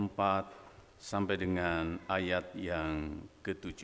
4 sampai dengan ayat yang ke-7.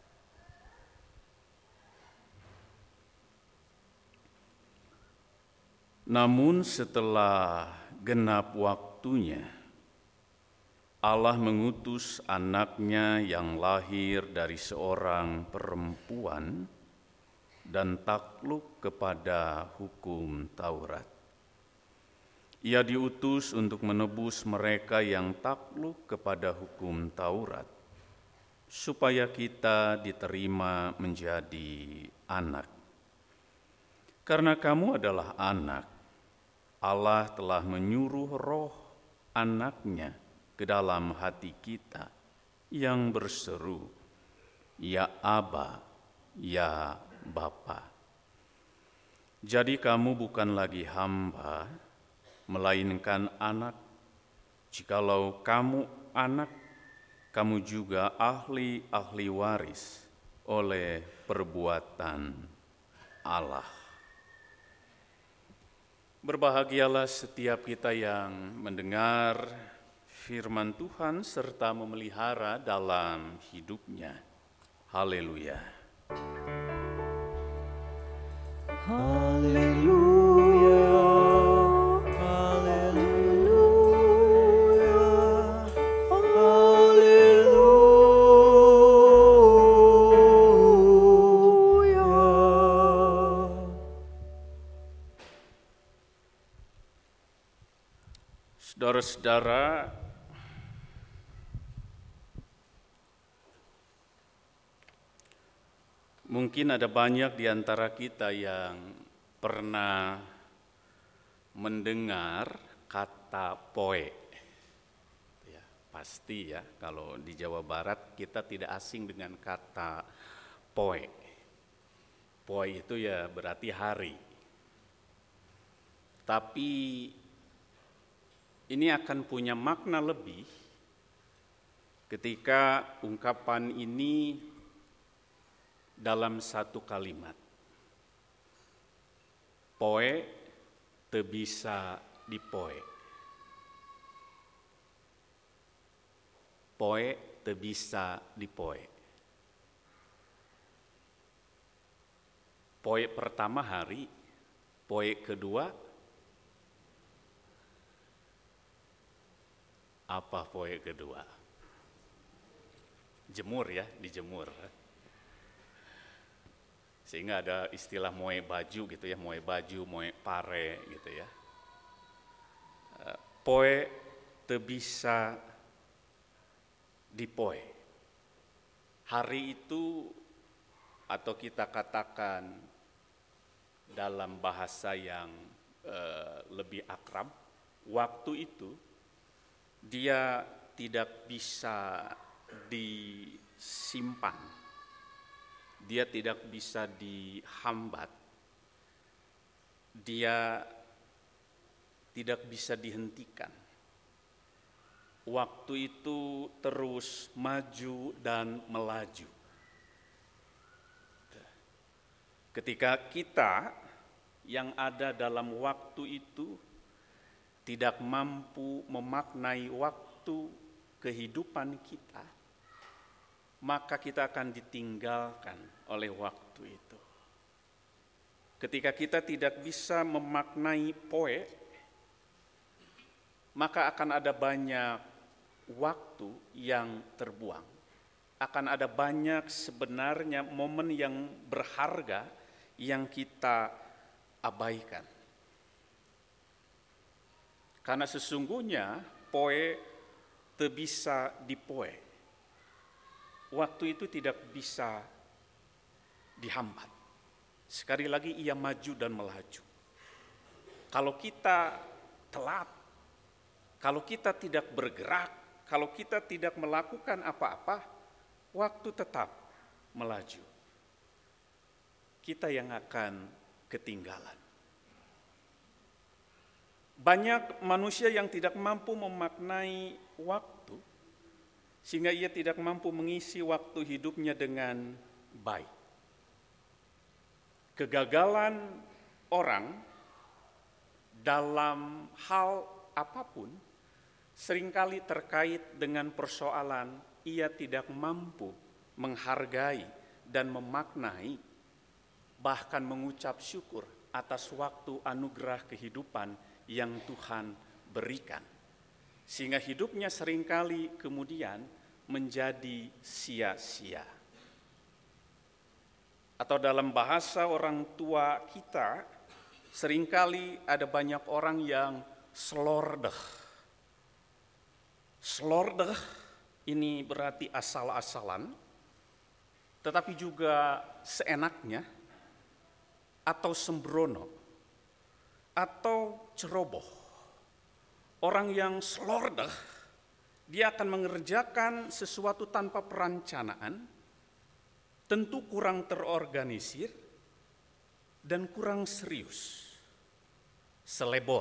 Namun setelah genap waktunya, Allah mengutus anaknya yang lahir dari seorang perempuan dan takluk kepada hukum Taurat. Ia diutus untuk menebus mereka yang takluk kepada hukum Taurat, supaya kita diterima menjadi anak. Karena kamu adalah anak, Allah telah menyuruh roh anaknya ke dalam hati kita yang berseru, "Ya Aba, ya Bapa." Jadi kamu bukan lagi hamba, melainkan anak. Jikalau kamu anak, kamu juga ahli waris oleh perbuatan Allah. Berbahagialah setiap kita yang mendengar firman Tuhan serta memelihara dalam hidupnya. Haleluya. Haleluya, haleluya, haleluya. Saudara-saudara, mungkin ada banyak di antara kita yang pernah mendengar kata poe. Ya, pasti ya, kalau di Jawa Barat kita tidak asing dengan kata poe. Poe itu ya berarti hari. Tapi ini akan punya makna lebih ketika ungkapan ini dalam satu kalimat. Poe teu bisa dipoe. Poe teu bisa dipoe. Poe pertama hari, poe kedua apa poe kedua? Jemur ya, dijemur. Sehingga ada istilah moe baju gitu ya, moe baju, moe pare gitu ya. Poe teu bisa dipoe. Hari itu atau kita katakan dalam bahasa yang lebih akrab, waktu itu dia tidak bisa disimpan, dia tidak bisa dihambat, dia tidak bisa dihentikan. Waktu itu terus maju dan melaju. Ketika kita yang ada dalam waktu itu tidak mampu memaknai waktu kehidupan kita, maka kita akan ditinggalkan oleh waktu itu. Ketika kita tidak bisa memaknai poe, maka akan ada banyak waktu yang terbuang. Akan ada banyak sebenarnya momen yang berharga yang kita abaikan. Karena sesungguhnya poe teu bisa dipoe. Waktu itu tidak bisa dihambat. Sekali lagi ia maju dan melaju. Kalau kita telat, kalau kita tidak bergerak, kalau kita tidak melakukan apa-apa, waktu tetap melaju. Kita yang akan ketinggalan. Banyak manusia yang tidak mampu memaknai waktu, sehingga ia tidak mampu mengisi waktu hidupnya dengan baik. Kegagalan orang dalam hal apapun seringkali terkait dengan persoalan ia tidak mampu menghargai dan memaknai, bahkan mengucap syukur atas waktu anugerah kehidupan yang Tuhan berikan. Sehingga hidupnya seringkali kemudian menjadi sia-sia. Atau dalam bahasa orang tua kita, seringkali ada banyak orang yang slordeh. Slordeh ini berarti asal-asalan, tetapi juga seenaknya, atau sembrono, atau ceroboh. Orang yang slordeh, dia akan mengerjakan sesuatu tanpa perencanaan, tentu kurang terorganisir, dan kurang serius. Selebor,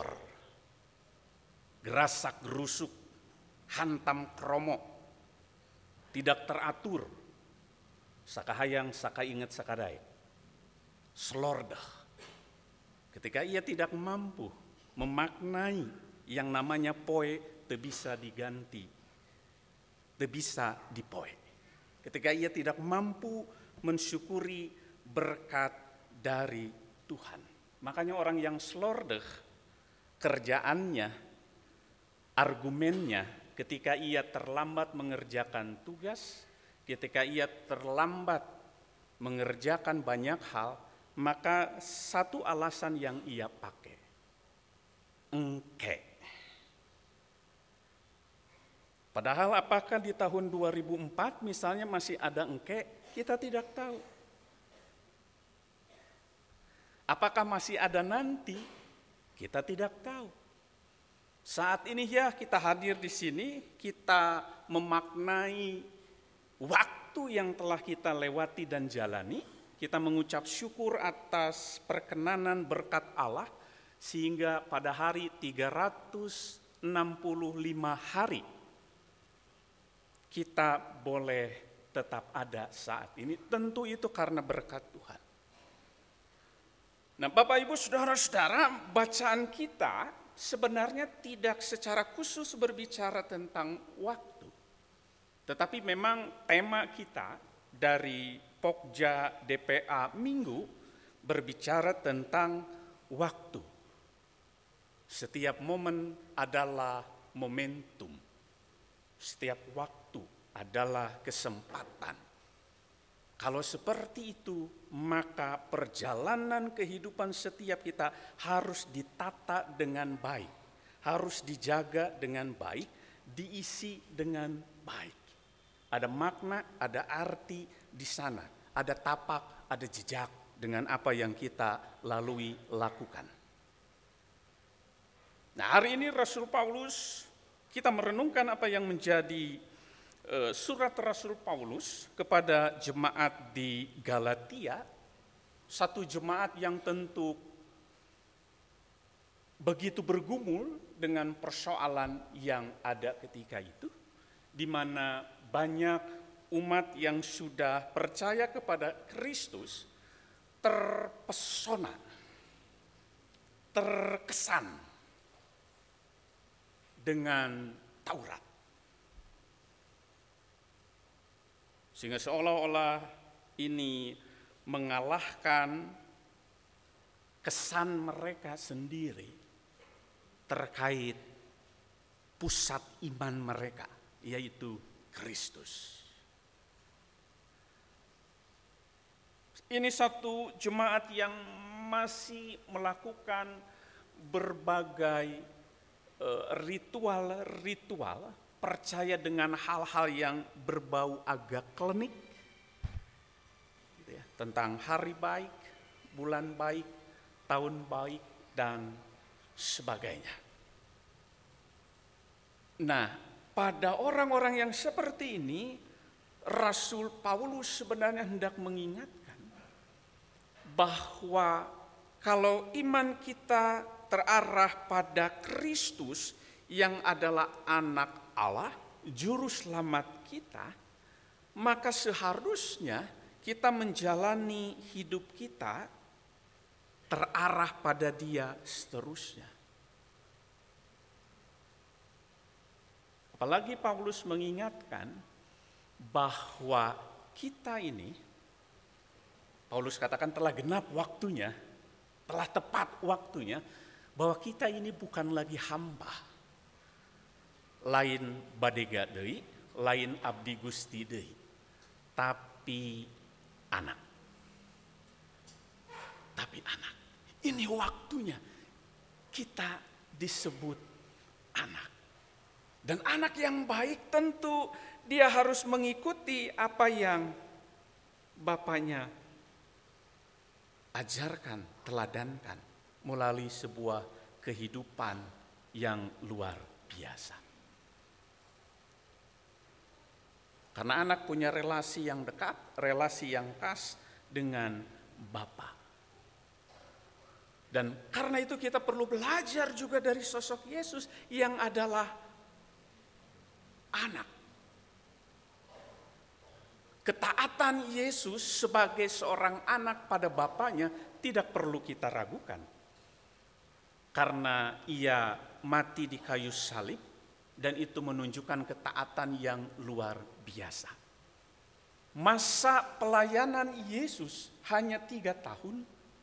gerasak gerusuk, hantam kromo, tidak teratur, sakahayang saka inget sakadai. Slordeh, ketika ia tidak mampu memaknai yang namanya poe, teu bisa diganti, teu bisa dipoe. Ketika ia tidak mampu mensyukuri berkat dari Tuhan. Makanya orang yang slordeh, kerjaannya, argumennya, ketika ia terlambat mengerjakan tugas, ketika ia terlambat mengerjakan banyak hal, maka satu alasan yang ia pakai, engke. Padahal apakah di tahun 2004 misalnya masih ada engke, kita tidak tahu. Apakah masih ada nanti, kita tidak tahu. Saat ini ya kita hadir di sini, kita memaknai waktu yang telah kita lewati dan jalani, kita mengucap syukur atas perkenanan berkat Allah, sehingga pada hari 365 hari, kita boleh tetap ada saat ini, tentu itu karena berkat Tuhan. Nah, Bapak Ibu Saudara-saudara, bacaan kita sebenarnya tidak secara khusus berbicara tentang waktu. Tetapi memang tema kita dari Pokja DPA Minggu berbicara tentang waktu. Setiap momen adalah momentum. Setiap waktu adalah kesempatan. Kalau seperti itu, maka perjalanan kehidupan setiap kita harus ditata dengan baik, harus dijaga dengan baik, diisi dengan baik. Ada makna, ada arti di sana, ada tapak, ada jejak dengan apa yang kita lalui lakukan. Nah, hari ini Rasul Paulus, kita merenungkan apa yang menjadi surat Rasul Paulus kepada jemaat di Galatia, satu jemaat yang tentu begitu bergumul dengan persoalan yang ada ketika itu, di mana banyak umat yang sudah percaya kepada Kristus terpesona, terkesan dengan Taurat. Sehingga seolah-olah ini mengalahkan kesan mereka sendiri terkait pusat iman mereka, yaitu Kristus. Ini satu jemaat yang masih melakukan berbagai ritual-ritual, percaya dengan hal-hal yang berbau agak klinik, gitu ya, tentang hari baik, bulan baik, tahun baik, dan sebagainya. Nah, pada orang-orang yang seperti ini, Rasul Paulus sebenarnya hendak mengingatkan bahwa kalau iman kita terarah pada Kristus yang adalah anak Allah, juru selamat kita, maka seharusnya kita menjalani hidup kita terarah pada Dia seterusnya. Apalagi Paulus mengingatkan bahwa kita ini, Paulus katakan telah genap waktunya, telah tepat waktunya, bahwa kita ini bukan lagi hamba. Lain badega deui, lain abdi Gusti deui, tapi anak. Tapi anak. Ini waktunya kita disebut anak. Dan anak yang baik tentu dia harus mengikuti apa yang bapaknya ajarkan, teladankan melalui sebuah kehidupan yang luar biasa. Karena anak punya relasi yang dekat, relasi yang khas dengan Bapa. Dan karena itu kita perlu belajar juga dari sosok Yesus yang adalah anak. Ketaatan Yesus sebagai seorang anak pada Bapaknya tidak perlu kita ragukan. Karena ia mati di kayu salib dan itu menunjukkan ketaatan yang luar biasa. Masa pelayanan Yesus hanya 3 tahun,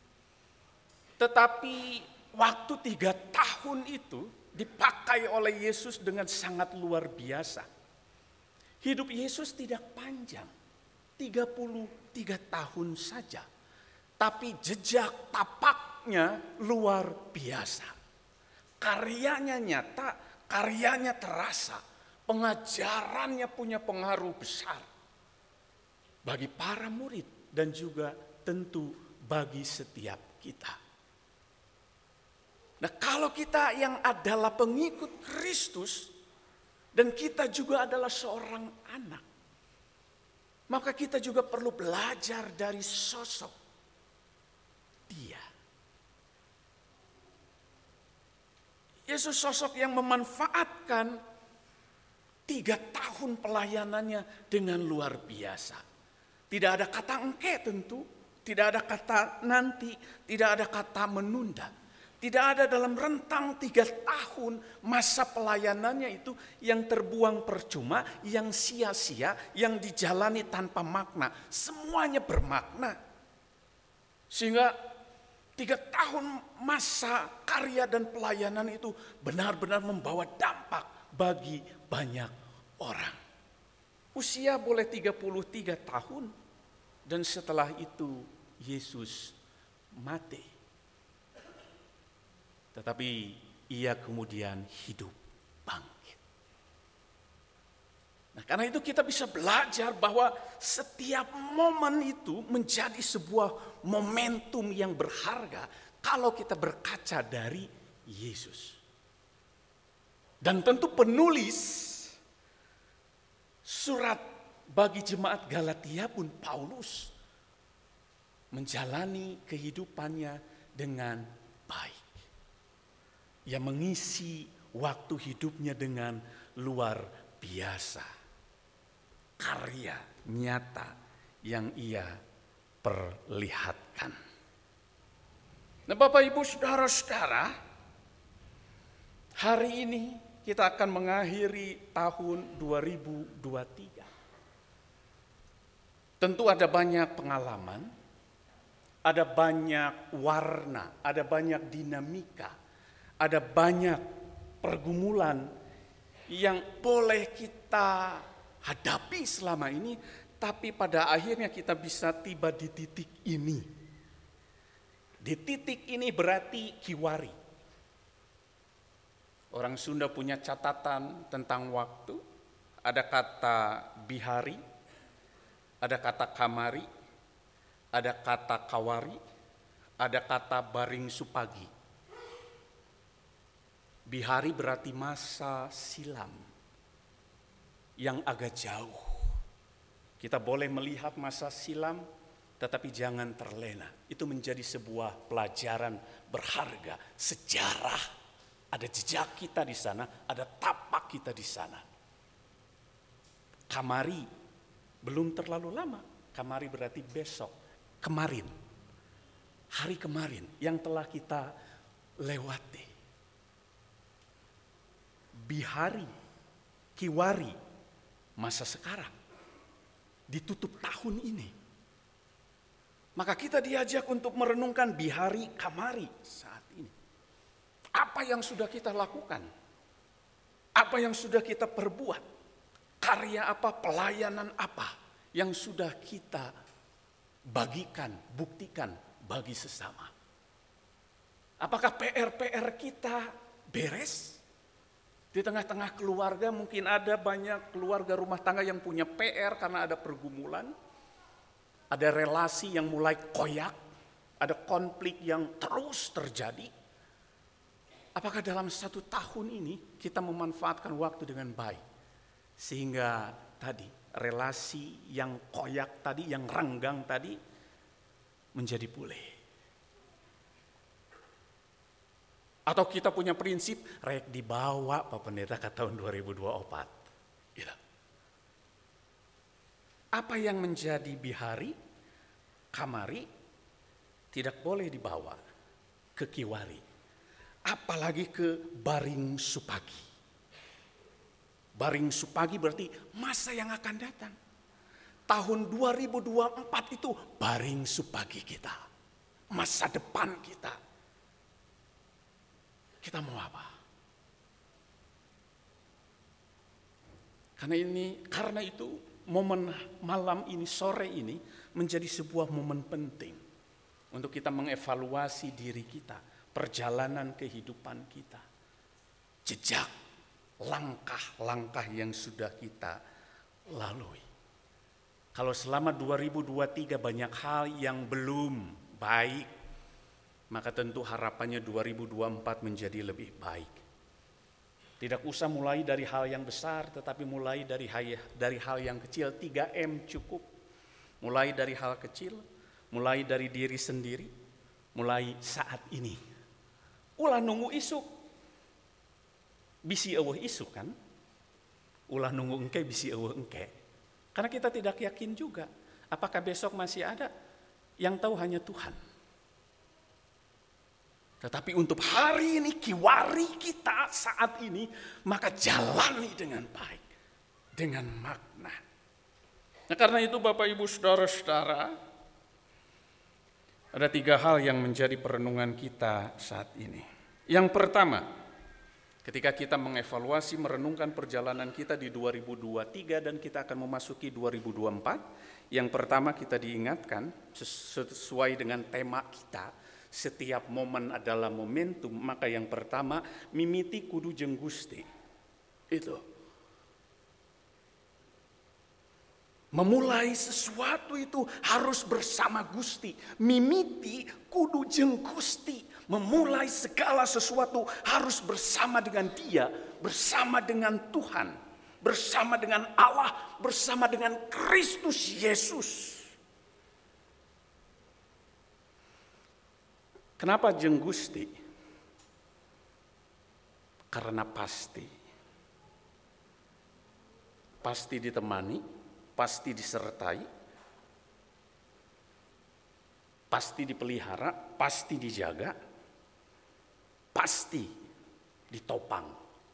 tetapi waktu 3 tahun itu dipakai oleh Yesus dengan sangat luar biasa. Hidup Yesus tidak panjang, 33 tahun saja. Tapi jejak tapaknya luar biasa. Karyanya nyata, karyanya terasa. Pengajarannya punya pengaruh besar bagi para murid dan juga tentu bagi setiap kita. Nah, kalau kita yang adalah pengikut Kristus dan kita juga adalah seorang anak, maka kita juga perlu belajar dari sosok Dia. Yesus sosok yang memanfaatkan 3 tahun pelayanannya dengan luar biasa. Tidak ada kata engke tentu, tidak ada kata nanti, tidak ada kata menunda. Tidak ada dalam rentang 3 tahun masa pelayanannya itu yang terbuang percuma, yang sia-sia, yang dijalani tanpa makna. Semuanya bermakna. Sehingga 3 tahun masa karya dan pelayanan itu benar-benar membawa dampak bagi banyak orang. Usia boleh 33 tahun dan setelah itu Yesus mati. Tetapi ia kemudian hidup bangkit. Nah, karena itu kita bisa belajar bahwa setiap momen itu menjadi sebuah momentum yang berharga kalau kita berkaca dari Yesus. Dan tentu penulis surat bagi jemaat Galatia pun Paulus menjalani kehidupannya dengan baik. Ia mengisi waktu hidupnya dengan luar biasa. Karya nyata yang ia perlihatkan. Nah, Bapak Ibu Saudara-saudara, hari ini kita akan mengakhiri tahun 2023. Tentu ada banyak pengalaman, ada banyak warna, ada banyak dinamika. Ada banyak pergumulan yang boleh kita hadapi selama ini, tapi pada akhirnya kita bisa tiba di titik ini. Di titik ini berarti kiwari. Orang Sunda punya catatan tentang waktu, ada kata bihari, ada kata kamari, ada kata kawari, ada kata baring supagi. Bihari berarti masa silam yang agak jauh. Kita boleh melihat masa silam, tetapi jangan terlena. Itu menjadi sebuah pelajaran berharga, sejarah. Ada jejak kita di sana, ada tapak kita di sana. Kamari belum terlalu lama. Kamari berarti besok, kemarin. Hari kemarin yang telah kita lewati. Bihari Kiwari, masa sekarang, ditutup tahun ini. Maka kita diajak untuk merenungkan bihari kamari saat ini. Apa yang sudah kita lakukan? Apa yang sudah kita perbuat? Karya apa, pelayanan apa yang sudah kita bagikan, buktikan bagi sesama? Apakah PR-PR kita beres? Di tengah-tengah keluarga mungkin ada banyak keluarga rumah tangga yang punya PR karena ada pergumulan. Ada relasi yang mulai koyak, ada konflik yang terus terjadi. Apakah dalam 1 tahun ini kita memanfaatkan waktu dengan baik? Sehingga tadi relasi yang koyak tadi, yang renggang tadi menjadi pulih. Atau kita punya prinsip rek dibawa Pak Pendeta ke tahun 2024. Gitu. Apa yang menjadi bihari, kamari tidak boleh dibawa ke kiwari. Apalagi ke baring supagi. Baring supagi berarti masa yang akan datang. Tahun 2024 itu baring supagi kita. Masa depan kita. Kita mau apa? Karena itu momen malam ini, sore ini menjadi sebuah momen penting untuk kita mengevaluasi diri kita, perjalanan kehidupan kita, jejak, langkah-langkah yang sudah kita lalui. Kalau selama 2023 banyak hal yang belum baik, maka tentu harapannya 2024 menjadi lebih baik. Tidak usah mulai dari hal yang besar, tetapi mulai dari hal yang kecil. 3M cukup. Mulai dari hal kecil, mulai dari diri sendiri, mulai saat ini. Ulah nunggu isuk. Bisi eueuh isuk kan? Ulah nunggu engke bisi eueuh engke. Karena kita tidak yakin juga apakah besok masih ada. Yang tahu hanya Tuhan. Tetapi untuk hari ini, kiwari kita saat ini, maka jalani dengan baik, dengan makna. Nah, karena itu Bapak Ibu Saudara-saudara, ada 3 hal yang menjadi perenungan kita saat ini. Yang pertama, ketika kita mengevaluasi, merenungkan perjalanan kita di 2023 dan kita akan memasuki 2024, yang pertama kita diingatkan sesuai dengan tema kita, setiap momen adalah momentum, maka yang pertama mimiti kudu jeung Gusti. Itu. Memulai sesuatu itu harus bersama Gusti. Mimiti kudu jeung Gusti. Memulai segala sesuatu harus bersama dengan Dia, bersama dengan Tuhan, bersama dengan Allah, bersama dengan Kristus Yesus. Kenapa jeung Gusti? Karena pasti ditemani, pasti disertai, pasti dipelihara, pasti dijaga, pasti ditopang.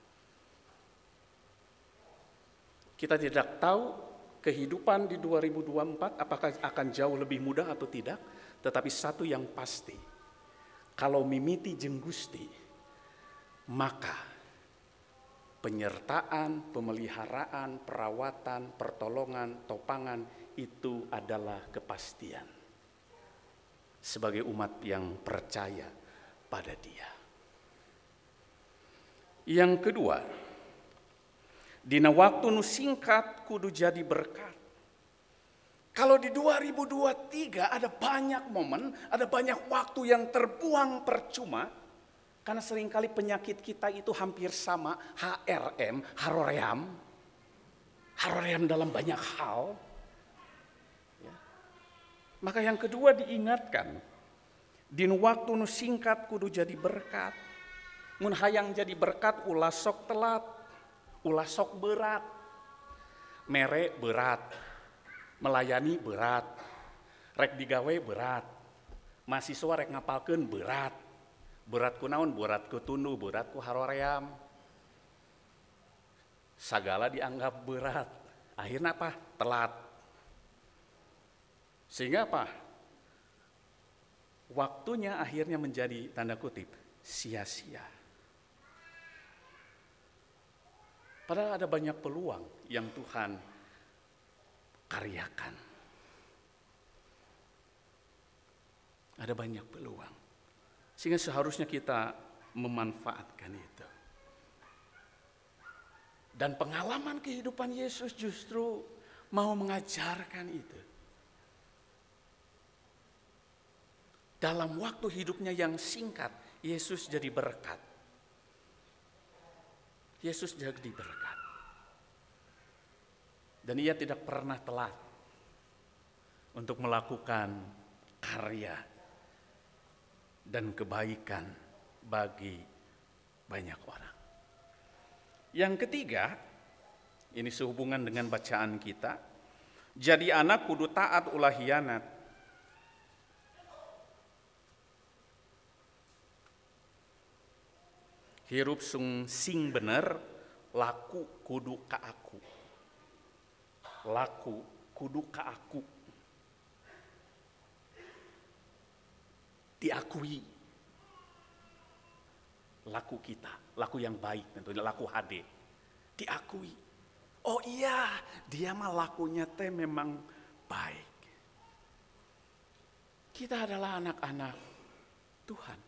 Kita tidak tahu kehidupan di 2024 apakah akan jauh lebih mudah atau tidak, tetapi satu yang pasti, kalau mimiti jeung Gusti, maka penyertaan, pemeliharaan, perawatan, pertolongan, topangan itu adalah kepastian. Sebagai umat yang percaya pada Dia. Yang kedua, dina waktu nu singkat kudu jadi berkat. Kalau di 2023 ada banyak momen, ada banyak waktu yang terbuang percuma, karena seringkali penyakit kita itu hampir sama, HRM, haroream dalam banyak hal. Ya. Maka yang kedua diingatkan, din waktu nu singkat kudu jadi berkat. Mun hayang jadi berkat ulah sok telat, ulah sok berat, mere berat. Melayani berat, rek digawe berat, mahasiswa rek ngapalkeun berat, berat ku naon, berat ku tunduh, berat ku haroream. segala dianggap berat. Akhirnya apa? Telat. Sehingga apa? Waktunya akhirnya menjadi tanda kutip sia-sia. Padahal ada banyak peluang yang Tuhan karyakan. Ada banyak peluang. Sehingga seharusnya kita memanfaatkan itu. Dan pengalaman kehidupan Yesus justru mau mengajarkan itu. Dalam waktu hidupnya yang singkat, Yesus jadi berkat. Yesus jadi berkat. Dan ia tidak pernah telat untuk melakukan karya dan kebaikan bagi banyak orang. Yang ketiga, ini sehubungan dengan bacaan kita, jadi anak kudu taat ulah hianat. Hirup sing bener, laku kudu ka aku. Laku kudu ka aku. Diakui. Laku kita, laku yang baik tentunya, laku HD. Diakui. Oh iya, dia mah lakunya teh memang baik. Kita adalah anak-anak Tuhan.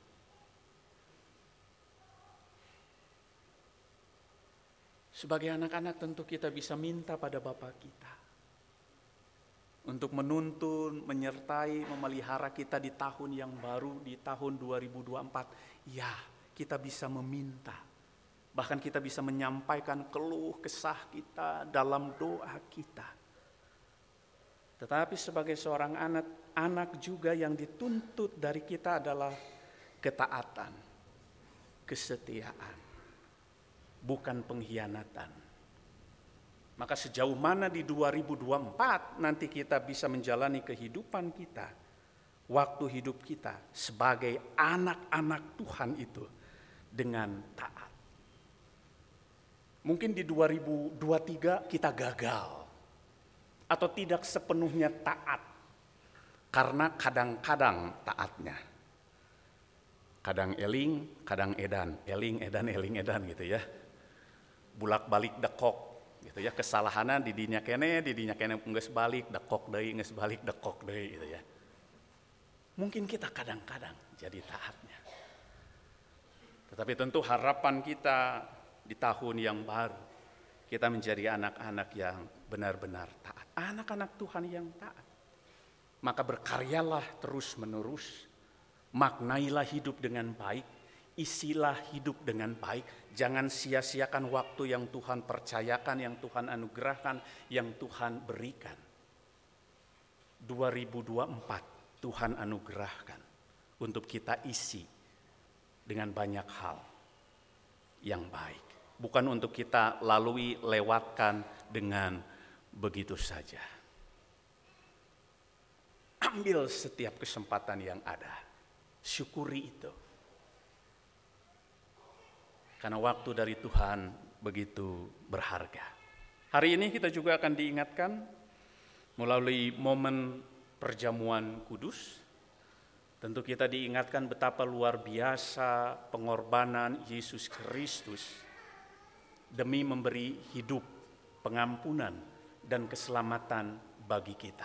Sebagai anak-anak tentu kita bisa minta pada Bapa kita untuk menuntun, menyertai, memelihara kita di tahun yang baru, di tahun 2024. Ya, kita bisa meminta. Bahkan kita bisa menyampaikan keluh kesah kita dalam doa kita. Tetapi sebagai seorang anak juga yang dituntut dari kita adalah ketaatan, kesetiaan. Bukan pengkhianatan. Maka sejauh mana di 2024 nanti kita bisa menjalani kehidupan kita, waktu hidup kita sebagai anak-anak Tuhan itu dengan taat. Mungkin di 2023 kita gagal atau tidak sepenuhnya taat karena kadang-kadang taatnya. Kadang eling, kadang edan, eling edan gitu ya. Bulak-balik dekok gitu ya, kesalahanan di dinya kene geus balik dekok deui gitu ya. Mungkin kita kadang-kadang jadi taatnya. Tetapi tentu harapan kita di tahun yang baru kita menjadi anak-anak yang benar-benar taat, anak-anak Tuhan yang taat. Maka berkaryalah terus-menerus, maknailah hidup dengan baik, isilah hidup dengan baik. Jangan sia-siakan waktu yang Tuhan percayakan, yang Tuhan anugerahkan, yang Tuhan berikan. 2024 Tuhan anugerahkan untuk kita isi dengan banyak hal yang baik. Bukan untuk kita lalui, lewatkan dengan begitu saja. Ambil setiap kesempatan yang ada. Syukuri itu. Karena waktu dari Tuhan begitu berharga. Hari ini kita juga akan diingatkan melalui momen perjamuan kudus. Tentu kita diingatkan betapa luar biasa pengorbanan Yesus Kristus demi memberi hidup, pengampunan, dan keselamatan bagi kita.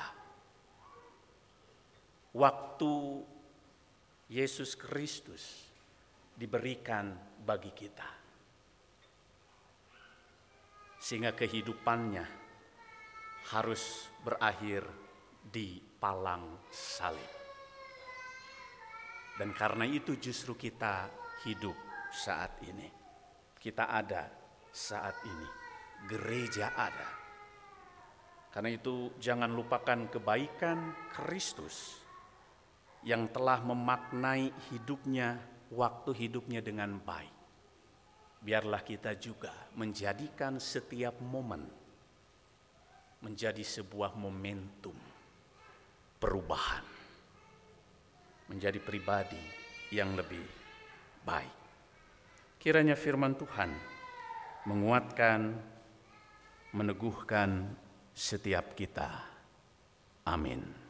Waktu Yesus Kristus diberikan bagi kita, sehingga kehidupannya harus berakhir di palang salib. Dan karena itu justru kita hidup saat ini. Kita ada saat ini. Gereja ada. Karena itu jangan lupakan kebaikan Kristus yang telah memaknai hidupnya, waktu hidupnya dengan baik. Biarlah kita juga menjadikan setiap momen menjadi sebuah momentum perubahan. Menjadi pribadi yang lebih baik. Kiranya firman Tuhan menguatkan meneguhkan setiap kita. Amin.